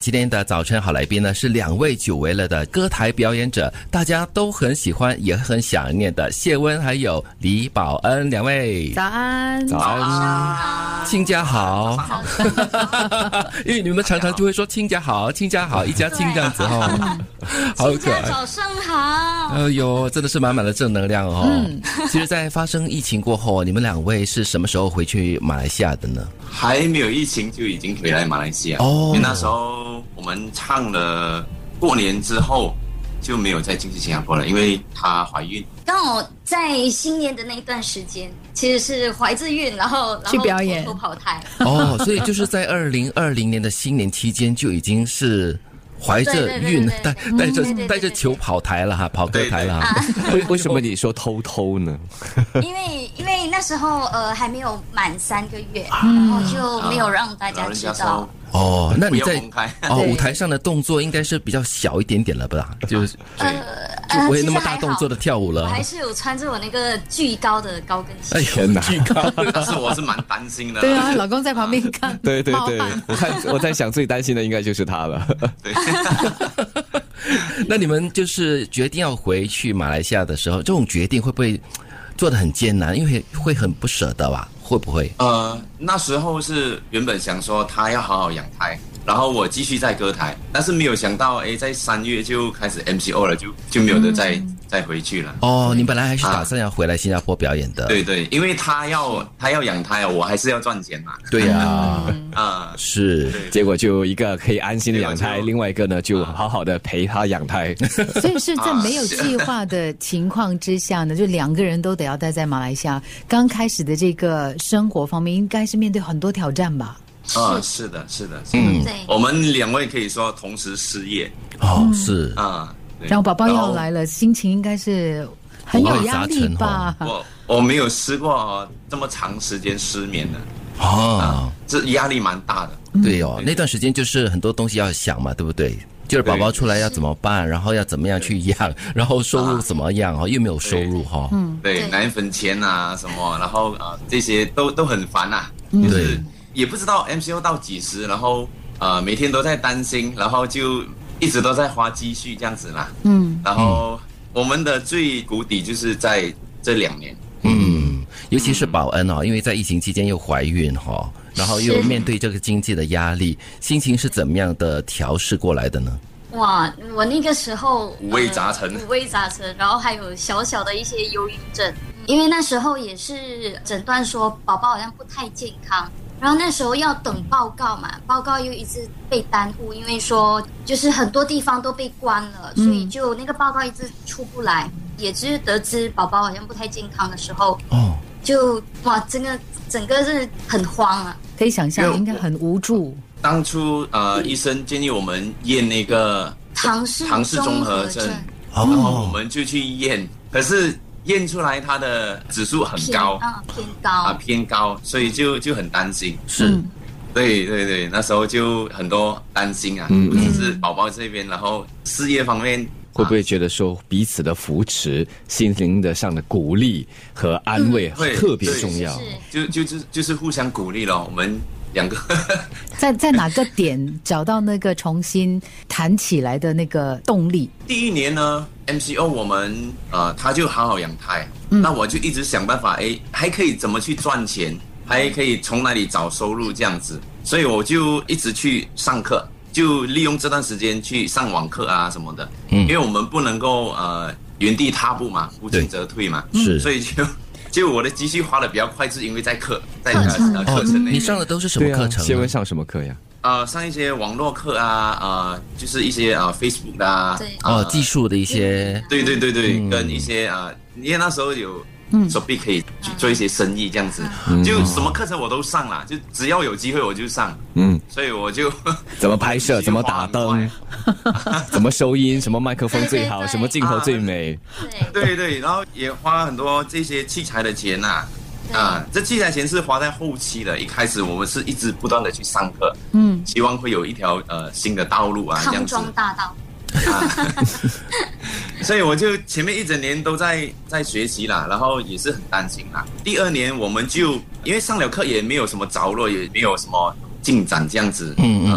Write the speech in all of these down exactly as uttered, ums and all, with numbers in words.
今天的早晨好来宾呢是两位久违了的歌台表演者，大家都很喜欢也很想念的谢温还有李宝恩两位。 早安， 早安， 亲家好。因为你们常常就会说亲家好，亲家好，一家亲这样子哦，好可爱。 早上好。 哎呦，真的是满满的正能量哦。 嗯， 其实，在发生疫情过后，你们两位是什么时候回去马来西亚的呢？ 还没有疫情就已经回来马来西亚哦。 因为那时候我们唱了过年之后就没有再进去新加坡了，因为她怀孕。 刚好在新年的那一段时间，其实是怀着孕，然后去表演偷偷跑胎。 哦，所以就是在二零二零年的新年期间就已经是怀着孕，带带着带着球跑台了哈，跑歌台了哈。 为为什么你说偷偷呢？ 因为因为那时候呃还没有满三个月，然后就没有让大家知道。 哦，那你在哦对舞台上的动作应该是比较小一点点了吧？就是呃就不会那么大动作的跳舞了。 我还是有穿着我那个巨高的高跟鞋。 哎天哪，巨高！ 但是我是蛮担心的。 对啊，老公在旁边看。 对对对，我看我在想最担心的应该就是他了。 对。 那你们就是决定要回去马来西亚的时候，这种决定会不会做得很艰难？因为会很不舍得吧？会不会？ 呃，那时候是原本想说他要好好养胎，然后我继续在歌台，但是没有想到，哎，在三月就开始 M C O 了，就就没有得再、嗯、再回去了。 哦，你本来还是打算要回来新加坡表演的。 啊、对对，因为他要他要养胎，我还是要赚钱嘛。 对呀、啊， 嗯、啊是。 结果就一个可以安心的养胎，另外一个呢就好好的陪他养胎。 所以是在没有计划的情况之下呢，就两个人都得要待在马来西亚。刚开始的这个生活方面，应该是面对很多挑战吧。 啊，是的，是的，是的，嗯，我们两位可以说同时失业哦，是啊， 然后宝宝要来了，心情应该是很有压力吧？ 我我没有试过这么长时间失眠的哦、 啊，这压力蛮大的。 对哦，那段时间就是很多东西要想嘛，对不对？就是宝宝出来要怎么办，然后要怎么样去养，然后收入怎么样哦，又没有收入哈。 嗯， 对，奶粉钱啊什么，然后啊、呃、这些都都很烦啊，就是。也不知道 M C O 到几时，然后呃每天都在担心，然后就一直都在花积蓄这样子啦。 嗯， 然后我们的最谷底就是在这两年。 嗯，尤其是宝恩哦，因为在疫情期间又怀孕哈、哦，然后又面对这个经济的压力，心情是怎么样的调试过来的呢？ 哇，我那个时候五味杂陈、 呃，五味杂陈，然后还有小小的一些忧郁症，因为那时候也是诊断说宝宝好像不太健康。然后那时候要等报告嘛，报告又一直被耽误，因为说就是很多地方都被关了，所以就那个报告一直出不来。也是得知宝宝好像不太健康的时候， 哦， 就哇，整个整个是很慌啊， 可以想象应该很无助。 当初呃，医生建议我们验那个唐氏唐氏综合症，然后我们就去验，可是。验出来它的指数很高啊，偏高啊，偏高，所以就就很担心。 是， 嗯、 对对对，那时候就很多担心啊，嗯、不只是宝宝这边，然后事业方面， 会不会觉得说彼此的扶持、心灵的上的鼓励和安慰特别重要？ 嗯、就就就就是互相鼓励咯，我们两个在在哪个点找到那个重新弹起来的那个动力？ 第一年呢 ，M C O 我们呃他就好好养胎，嗯、那我就一直想办法，哎，还可以怎么去赚钱，还可以从哪里找收入这样子，所以我就一直去上课，就利用这段时间去上网课啊什么的，嗯，因为我们不能够呃原地踏步嘛，不进则退嘛， 是， 所以就。就我的积蓄花的比较快，是因为在课在呃课程内、 哦。你上的都是什么课程？ 谢温上什么课呀？ 呃，上一些网络课啊，呃，就是一些啊、呃、Facebook 啊， 对哦，技术的一些， 对对对对，嗯、跟一些啊、呃，因为那时候有手臂可以去做一些生意这样子，嗯、就什么课程我都上了，就只要有机会我就上，嗯，所以我就怎么拍摄，怎么打灯，怎么收音，什么麦克风最好，对对对什么镜头最美， 对对对，然后也花很多这些器材的钱呐、啊。啊，这器材钱是花在后期的，一开始我们是一直不断的去上课，嗯，希望会有一条呃新的道路啊，这样子。 康庄大道。 啊，所以我就前面一整年都在在学习啦，然后也是很担心啦。第二年我们就因为上了课也没有什么着落，也没有什么进展这样子，嗯嗯嗯，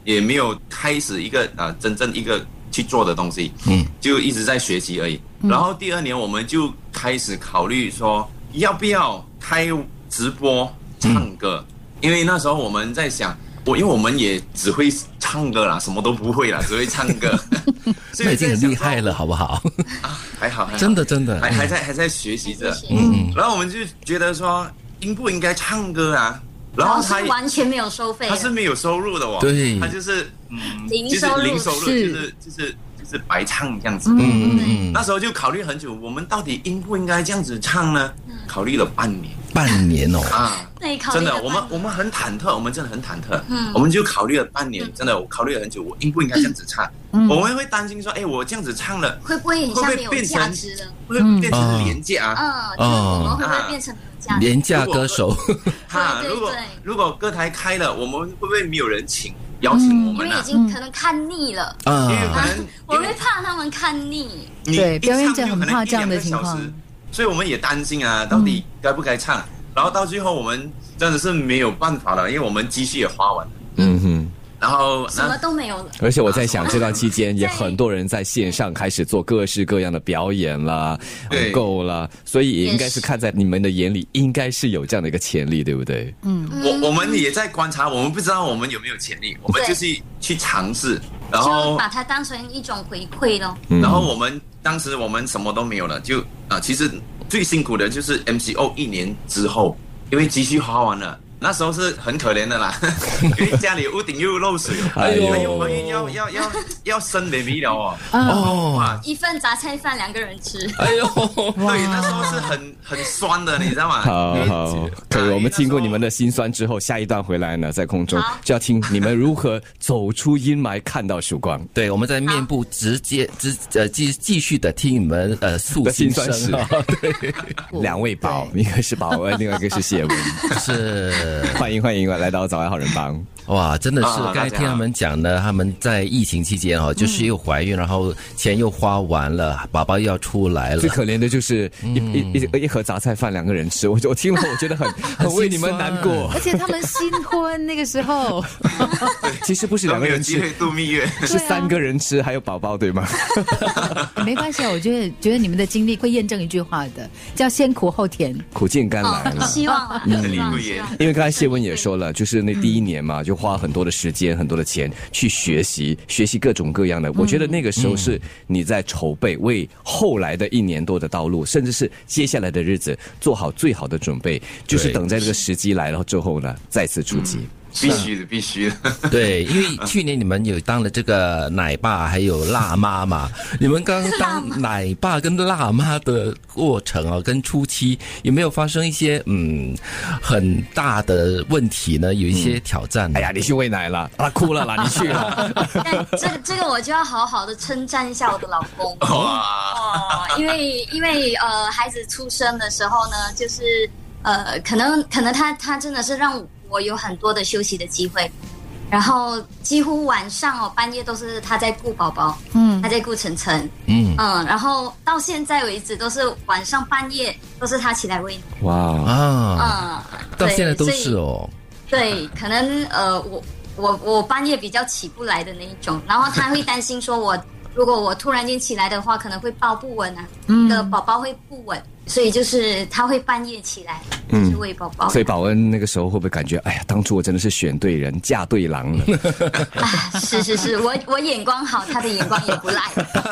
也没有开始一个呃真正一个去做的东西，嗯，就一直在学习而已。嗯、然后第二年我们就开始考虑说要不要开直播唱歌，嗯、因为那时候我们在想。我因为我们也只会唱歌啦，什么都不会啦，只会唱歌。 那已经很厉害了，好不好？ 啊，还好，还好真的真的， 还还在还在学习着。嗯，然后我们就觉得说，应不应该唱歌啊？然后他完全没有收费， 他是没有收入的哦。 对， 他就是嗯， 零收入， 就是零收入，就是就是就是白唱这样子。嗯嗯嗯。那时候就考虑很久，我们到底应不应该这样子唱呢？考虑了半年。 半年哦啊，真的，我们我们很忐忑，我们真的很忐忑，嗯，我们就考虑了半年，真的，我考虑了很久，我应不应该这样子唱？嗯，我们会担心说，哎，我这样子唱了， 会不会很像没有价值了？ 会不会变成廉价啊？嗯，就是我们会不会变成廉价歌手？ 哈，如果如果歌台开了，我们会不会没有人请？邀请我们、啊嗯、因为已经可能看腻了啊，因为可能我会怕他们看腻。 对，表演者很怕这样的情况， 所以我们也担心啊，到底该不该唱？嗯、然后到最后我们真的是没有办法了，因为我们积蓄也花完了。嗯哼。然后什么都没有了， 而且我在想，这段期间也很多人在线上开始做各式各样的表演啦、购啦，所以也应该是看在你们的眼里，应该是有这样的一个潜力，对不对？ 嗯，我我们也在观察，我们不知道我们有没有潜力，我们就是去尝试，然后把它当成一种回馈咯。 然后我们当时我们什么都没有了，就啊，其实最辛苦的就是 M C O 一年之后，因为积蓄花完了。那时候是很可怜的啦，因为家里屋顶又漏水，哎呦，还有怀孕要要要要生 baby 了哦， 哦，一份杂菜饭两个人吃， 哎呦，对，那时候是很很酸的，你知道吗？ 好好，可以，我们听过你们的辛酸之后，下一段回来呢，在空中就要听你们如何走出阴霾，看到曙光。 对，我们在面部直接直呃继继续的听你们呃诉心声啊， 对，两位宝，一个是宝恩，另外一个是谢文， 是。 欢迎欢迎来到早安好人帮。 哇，真的是刚才听他们讲呢，他们在疫情期间哦，就是又怀孕，然后钱又花完了，宝宝又要出来了。 最可怜的就是一、嗯、一一一盒杂菜饭两个人吃，我我听了我觉得很很为你们难过。 而且他们新婚那个时候， 其实不是两个人吃， 没有机会度蜜月， 是三个人吃，还有宝宝，对吗？ 没关系啊，我觉得觉得你们的经历会验证一句话的，叫先苦后甜， 苦尽甘来了。 希望啊， 嗯，因为刚才谢文也说了，就是那第一年嘛，就花很多的时间、很多的钱去学习，学习各种各样的。我觉得那个时候是你在筹备，为后来的一年多的道路，甚至是接下来的日子做好最好的准备，就是等在这个时机来了之后呢，再次出击。 必须的，必须的。 对，因为去年你们有当了这个奶爸，还有辣妈嘛。你们刚当奶爸跟辣妈的过程啊，跟初期有没有发生一些嗯很大的问题呢？有一些挑战、嗯。 哎呀，你去喂奶了，啊，哭了啦，你去了。 但这个这个我就要好好的称赞一下我的老公哦，因为因为呃孩子出生的时候呢，就是呃可能可能他他真的是让我有很多的休息的机会，然后几乎晚上哦半夜都是他在顾宝宝，嗯，他在顾晨晨，嗯嗯，然后到现在为止都是晚上半夜都是他起来喂奶。 哇啊，嗯，到现在都是哦。 对，可能呃我我我半夜比较起不来的那一种，然后他会担心说我如果我突然间起来的话，可能会抱不稳啊，嗯，那个宝宝会不稳。所以就是他会半夜起来，就是喂宝宝。 所以宝恩那个时候会不会感觉，哎呀，当初我真的是选对人，嫁对郎了？ 啊，是是是，我我眼光好，他的眼光也不赖。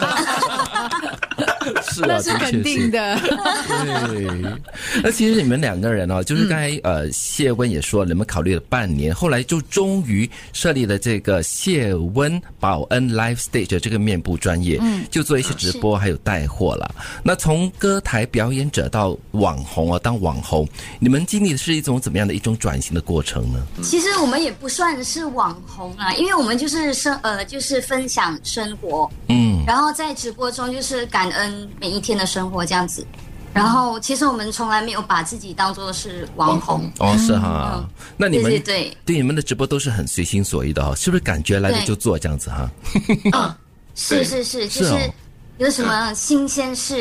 是啊， 那是肯定的。 对，那其实你们两个人哦，就是刚才、嗯、呃谢温也说，你们考虑了半年，后来就终于设立了这个谢温宝恩 Live Stage 这个面部专业，嗯，就做一些直播还有带货了。那从歌台表演者到网红啊，当网红，你们经历的是一种怎么样的一种转型的过程呢？ 其实我们也不算是网红啊，因为我们就是生呃就是分享生活，嗯，然后在直播中就是感恩每一天的生活这样子。然后其实我们从来没有把自己当作是网红哦，是哈、嗯。那你们对对对， 对你们的直播都是很随心所欲的哈、哦，是不是感觉来了就做这样子哈？ 嗯，是是是，就是有什么新鲜事。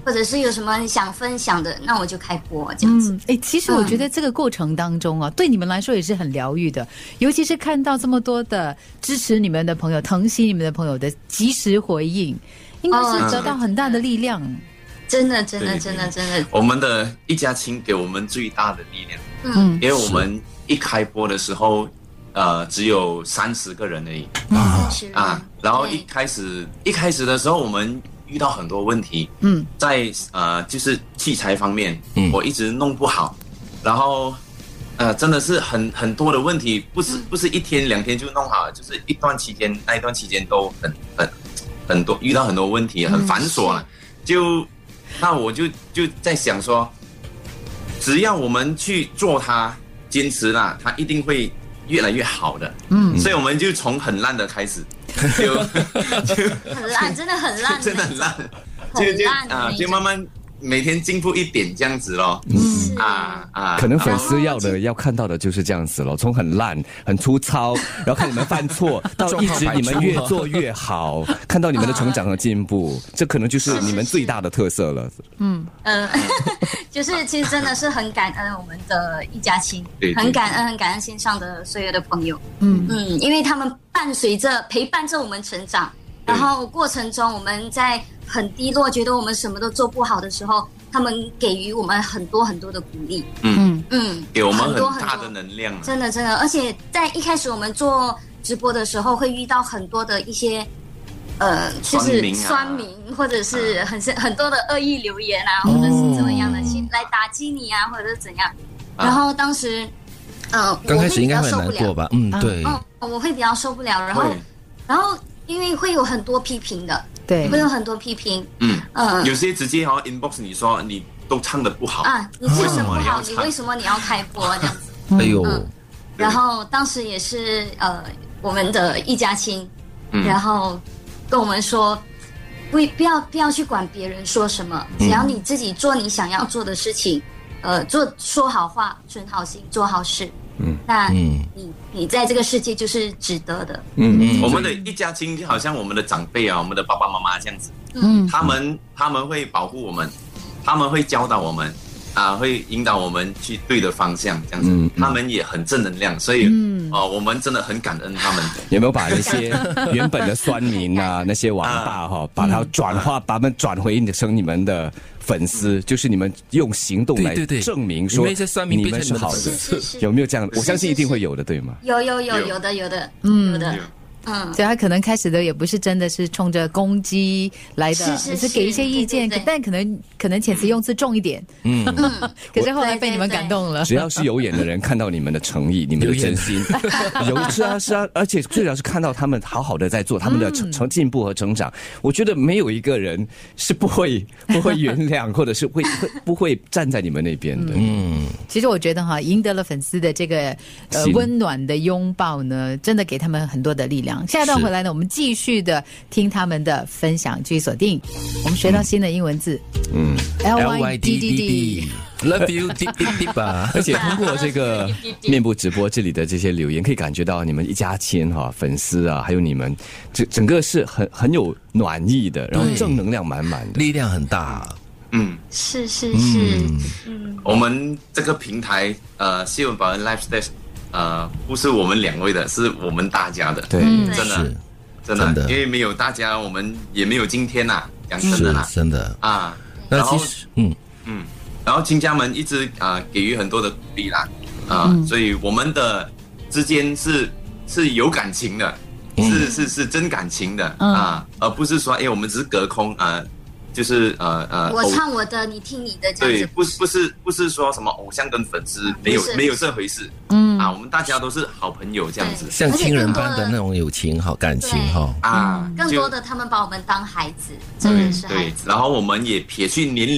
或者是有什么想分享的，那我就开播这样子。 嗯，哎，其实我觉得这个过程当中啊，嗯、对你们来说也是很疗愈的，尤其是看到这么多的支持你们的朋友、疼惜你们的朋友的及时回应，应该是得到很大的力量。嗯、 真的，真的，真的，真的， 我们的一家亲给我们最大的力量。嗯，因为我们一开播的时候，呃，只有三十个人而已。 啊啊，然后一开始一开始的时候，我们遇到很多问题。嗯，在呃，就是器材方面，嗯，我一直弄不好，然后呃，真的是很很多的问题，不是不是一天两天就弄好了，就是一段期间，那一段期间都很很很多遇到很多问题，很繁琐啊。就那我就就在想说，只要我们去做它，坚持啦，它一定会越来越好的。嗯，所以我们就从很烂的开始，就就很烂，真的很烂， 真的很烂，就就啊，就慢慢每天进步一点这样子咯。嗯啊啊， 可能粉丝要的要看到的就是这样子咯，从很烂、很粗糙，然后看你们犯错，到一直你们越做越好，看到你们的成长和进步，这可能就是你们最大的特色了。 嗯嗯，就是其实真的是很感恩我们的一家亲，很感恩很感恩线上的所有的朋友。嗯嗯，因为他们伴随着陪伴着我们成长，然后过程中我们在很低落，觉得我们什么都做不好的时候，他们给予我们很多很多的鼓励。 嗯嗯，给我们很大的能量。 真的真的，而且在一开始我们做直播的时候，会遇到很多的一些呃，就是酸民，或者是很很多的恶意留言啊，或者是怎么样的，来打击你啊，或者是怎样。然后当时，呃， 刚开始应该会难过吧？嗯，对。 嗯，我会比较受不了，然后，然后因为会有很多批评的。 对， 会有很多批评。 嗯嗯，有些直接好像 inbox 你说你都唱得不好啊，你唱得不好，你为什么你要开播这样子？ 哎呦、 嗯，然后当时也是呃，我们的一家亲，嗯、然后跟我们说，不不要不要去管别人说什么，只要你自己做你想要做的事情，呃，做说好话，存好心，做好事。嗯，那你你在这个世界就是值得的。 嗯嗯，我们的一家亲就好像我们的长辈啊，我们的爸爸妈妈这样子。嗯，他们他们会保护我们，他们会教导我们，啊，会引导我们去对的方向这样子。嗯，他们也很正能量，所以嗯，哦，我们真的很感恩他们。 有没有把那些原本的酸民啊，那些王八哈、啊，把它转化，把他们转回成你们的粉丝，就是你们用行动来证明说你们是好的，有没有这样？我相信一定会有的，对吗？ 有有有有的有的，嗯，有的。 嗯，所以他可能开始的也不是真的是冲着攻击来的，只是给一些意见，但可能可能遣词用字重一点。嗯，可是后来被你们感动了。 只要是有眼的人看到你们的诚意，你们的真心，有是啊是啊，而且最主要是看到他们好好的在做他们的成成进步和成长，我觉得没有一个人是不会不会原谅，或者是会会不会站在你们那边的。嗯， 其实我觉得哈，赢得了粉丝的这个呃温暖的拥抱呢，真的给他们很多的力量。下一段回来呢，我们继续的听他们的分享，继续锁定。我们学到新的英文字，嗯 ，L Y D D D，Love you D D D 吧。 而且通过这个面部直播这里的这些留言，可以感觉到你们一家亲哈，粉丝啊，还有你们整整个是很很有暖意的，然后正能量满满的， 力量很大。 嗯， 是是是， 嗯，我们这个平台呃，谢文保恩 Live Stage。呃，不是我们两位的，是我们大家的。 对， 真的，真的，因为没有大家，我们也没有今天呐。讲真的啦， 真的啊。那其实，嗯嗯，然后亲家们一直啊、呃、给予很多的鼓励啦，啊、呃嗯，所以我们的之间是是有感情的，嗯、是是是真感情的、嗯、啊，而不是说哎我们只是隔空啊。呃就是呃呃， 我唱我的，你听你的，这样子。 对，不不是不是说什么偶像跟粉丝没有没有这回事。嗯啊，我们大家都是好朋友这样子， 像亲人般的那种友情好感情哈啊。更多的他们把我们当孩子，真的是孩子。 对，然后我们也撇去年龄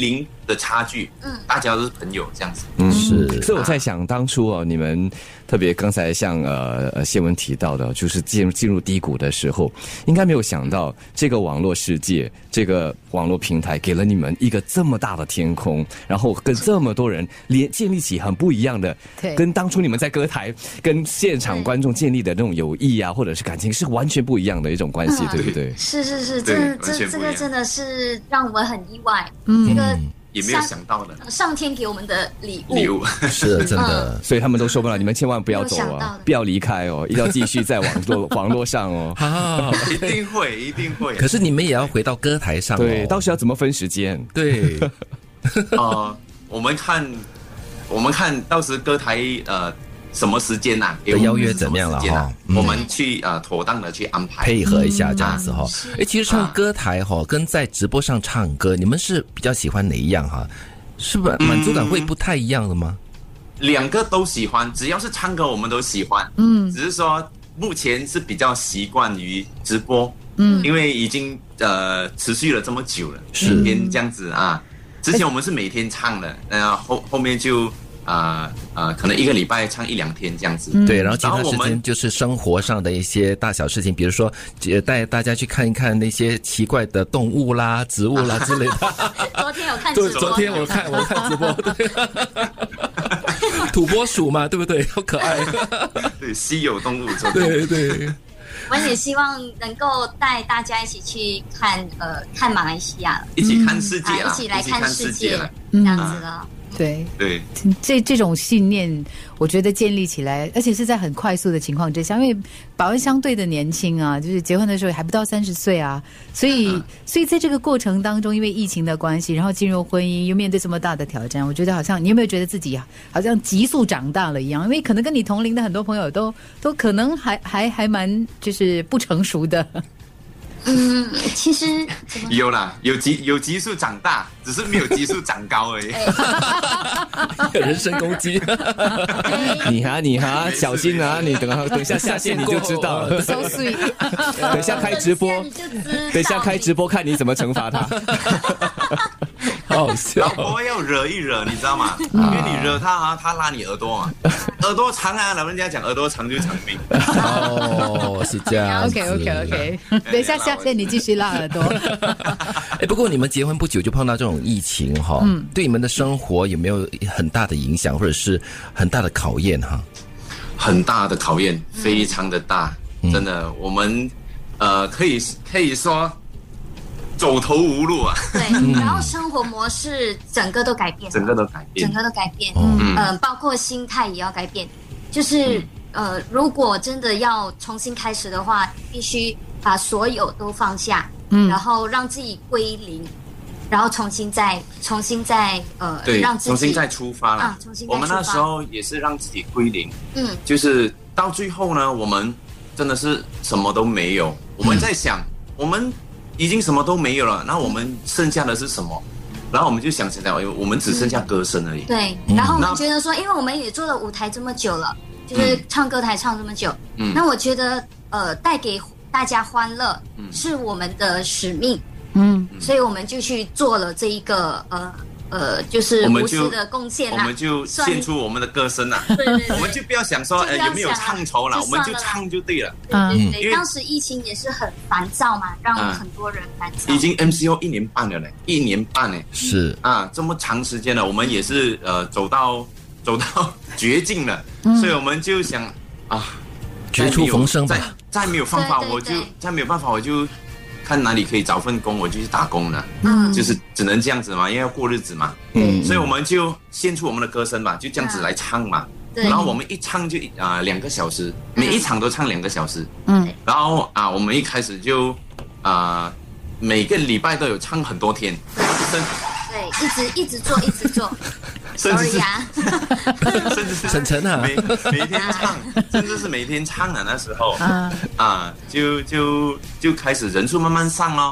的差距，嗯，大家都是朋友这样子， 嗯， 是。 所以我在想，当初哦，你们特别刚才像呃呃谢文提到的，就是进入进入低谷的时候，应该没有想到这个网络世界，这个网络平台给了你们一个这么大的天空，然后跟这么多人连建立起很不一样的， 对， 跟当初你们在歌台跟现场观众建立的那种友谊啊，或者是感情是完全不一样的一种关系，嗯、对不对？ 是是是，这这这个真的是让我们很意外，嗯，这个。 也没有想到的， 上天给我们的礼物， 礼物是真的、嗯， 所以他们都说不了，你们千万不要走啊，不要离开哦，一定要继续在网络网络上哦， 好，一定会，一定会。 可是你们也要回到歌台上、哦， 对，到时要怎么分时间？ 对， 呃，我们看，我们看到时歌台呃。什么时间呐、啊？ 的邀约怎么样了哈、啊嗯？我们去呃妥当的去安排配合一下这样子哈。哎、嗯，其实唱歌台哈、啊、跟在直播上唱歌，你们是比较喜欢哪一样哈？是不是满足感会不太一样的吗？ 嗯、两个都喜欢，只要是唱歌我们都喜欢。嗯，只是说目前是比较习惯于直播，嗯，因为已经呃持续了这么久了，是每天这样子啊。之前我们是每天唱的，然后后后面就。啊、呃呃，可能一个礼拜唱一两天这样子， 嗯、对，然后其他时间就是生活上的一些大小事情，比如说带大家去看一看那些奇怪的动物啦、植物啦之类的。 昨天有看直播， 昨天我看我看直播，对，土拨鼠嘛，对不对？好可爱， 对，稀有动物， 对对。 我们也希望能够带大家一起去看，呃，看马来西亚， 一起看世界啊， 一起来看世界， 这样子了。 对对， 这这种信念，我觉得建立起来，而且是在很快速的情况之下，因为宝恩相对的年轻啊，就是结婚的时候还不到三十岁啊，所以、嗯、所以在这个过程当中，因为疫情的关系，然后进入婚姻，又面对这么大的挑战，我觉得好像你有没有觉得自己好像急速长大了一样？因为可能跟你同龄的很多朋友都都可能还还还蛮就是不成熟的。 嗯，其实有啦，有急有急速长大，只是没有急速长高而已。 人身攻击， 你哈你哈，小心啊！你等等下下线你就知道了。 So sweet， 等下开直播，等下开直播看你怎么惩罚他。 好笑， 老婆要惹一惹，你知道吗？因为你惹他啊，他拉你耳朵嘛，耳朵长啊，老人家讲耳朵长就长命。 哦，是这样。 OK OK OK， 等一下下线你继续拉耳朵。 哎，不过你们结婚不久就碰到这种疫情哈，嗯，对你们的生活有没有很大的影响，或者是很大的考验哈？ 很大的考验，非常的大，嗯、真的，我们呃可以可以说。走投无路啊！ 对，然后生活模式整个都改变了， 整个都改变， 整个都改变。嗯嗯、呃，包括心态也要改变。就是、嗯、呃，如果真的要重新开始的话，必须把所有都放下，嗯，然后让自己归零，然后重新再重新再呃， 对， 让自己重新再出发了。 啊，重新再出发。 我们那时候也是让自己归零，嗯，就是到最后呢，我们真的是什么都没有。我们在想，嗯、我们。已经什么都没有了，那我们剩下的是什么？然后我们就想起来，我们只剩下歌声而已。 嗯、对，然后我们觉得说，因为我们也做了舞台这么久了，就是唱歌台唱这么久，嗯，那我觉得呃，带给大家欢乐是我们的使命，嗯，所以我们就去做了这一个呃。呃，就是无私的贡献啦， 我们就献出我们的歌声啦。对对对，我们就不要想说，呃，有没有唱酬了，我们就唱就对了。 嗯，对对，当时疫情也是很烦躁嘛，让很多人烦躁。 已经 M C O 一年半了嘞，一年半嘞， 是啊，这么长时间了，我们也是呃走到走到绝境了，所以我们就想啊， 绝处逢生吧， 再再没有办法，我就再没有办法，我就。看哪里可以找份工，我就去打工了。嗯，就是只能这样子嘛，因为要过日子嘛。嗯，所以我们就献出我们的歌声吧，就这样子来唱嘛。对。然后我们一唱就啊、呃、两个小时，每一场都唱两个小时。嗯。然后啊，我们一开始就啊、呃、每个礼拜都有唱很多天。 对。对，一直一直做，一直做。 甚至是， 甚至是晨晨啊， 每每天唱，甚至是每天唱啊，那时候啊啊，就就就开始人数慢慢上咯，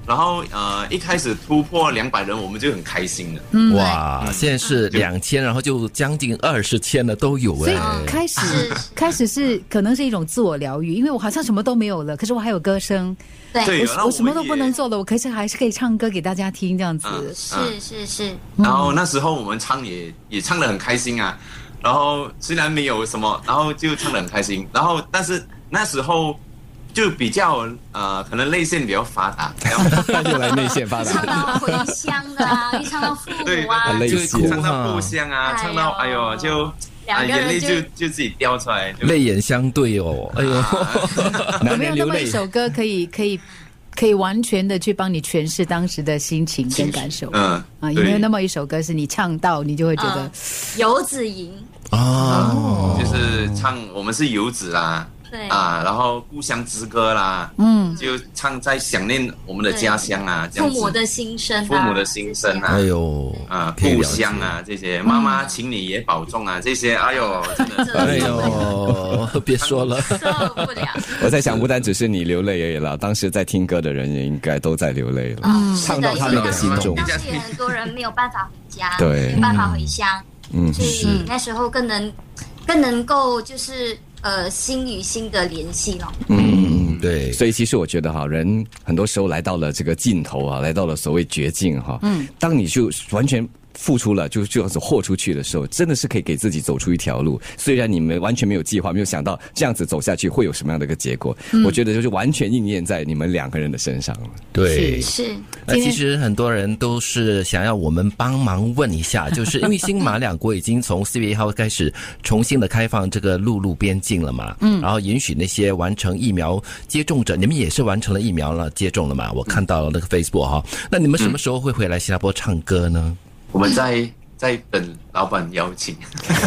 然后呃一开始突破两百人，我们就很开心了。 嗯， 哇，现在是两千，然后就将近二十千了都有所以哎。 开始开始是可能是一种自我疗愈，因为我好像什么都没有了，可是我还有歌声， 对， 对，然后我我什么都也不能做了，我可是还是可以唱歌给大家听这样子。 嗯是是是， 然后那时候我们唱也也唱得很开心啊，然后虽然没有什么，然后就唱得很开心，然后但是那时候就比较呃，可能泪腺比较发达， 又来内线发唱达， 到回乡的啊，一唱到父母啊， 对就泪腺唱到故乡啊， 哎呦唱到哎呦就。 两个人啊、眼泪就就就自己掉出来，就泪眼相对哦，哎呦， 有男没有那么一人流泪。 首歌可以可以可以完全的去帮你诠释当时的心情跟感受？ 嗯啊，有没有对那么一首歌是你唱到你就会觉得嗯游子吟， 哦， 就是唱我们是游子啦， 对啊，然后故乡之歌啦， 嗯， 就唱在想念我们的家乡啊，这样子父母的心声啊， 父母的心声啊哎呦， 啊， 可以了解故乡啊这些，妈妈请你也保重啊这些，哎呦，真的， 哎呦，别说了， 受不了。 我在想，不单只是你流泪而已了，当时在听歌的人也应该都在流泪了， 嗯唱到他们的心中。 当时也很多人没有办法回家， 对没办法回乡， 嗯， 所以那时候更能更能够就是呃心与心的联系了。 嗯，对， 所以其实我觉得哈，人很多时候来到了这个尽头啊，来到了所谓绝境哈。嗯，当你就完全付出了，就这样子豁出去的时候，真的是可以给自己走出一条路。虽然你们完全没有计划，没有想到这样子走下去会有什么样的一个结果，嗯、我觉得就是完全应验在你们两个人的身上了。 对， 是。 那其实很多人都是想要我们帮忙问一下，就是因为新马两国已经从四月一号开始重新的开放这个陆路边境了嘛，嗯，然后允许那些完成疫苗接种者，你们也是完成了疫苗了接种了嘛？我看到了那个 Facebook 哈，那你们什么时候会回来新加坡唱歌呢？ 我们在在等老板邀请。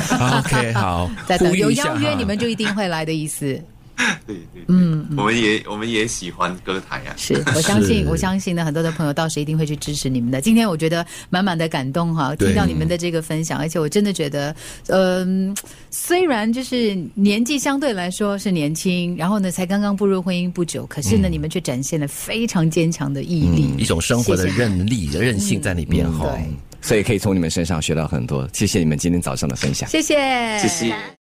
OK， 好， 在等有呼吁一下邀约哈你们就一定会来的意思。 对对，嗯，我们也我们也喜欢歌台啊。 是我相信， 是我相信呢，很多的朋友到时一定会去支持你们的。今天我觉得满满的感动哈， 对听到你们的这个分享，而且我真的觉得，嗯、呃，虽然就是年纪相对来说是年轻，然后呢才刚刚步入婚姻不久，可是呢，嗯、你们却展现了非常坚强的毅力， 嗯、一种生活的韧力、谢谢韧性在里边哈。 对， 所以可以从你们身上学到很多。谢谢你们今天早上的分享， 谢谢， 谢谢。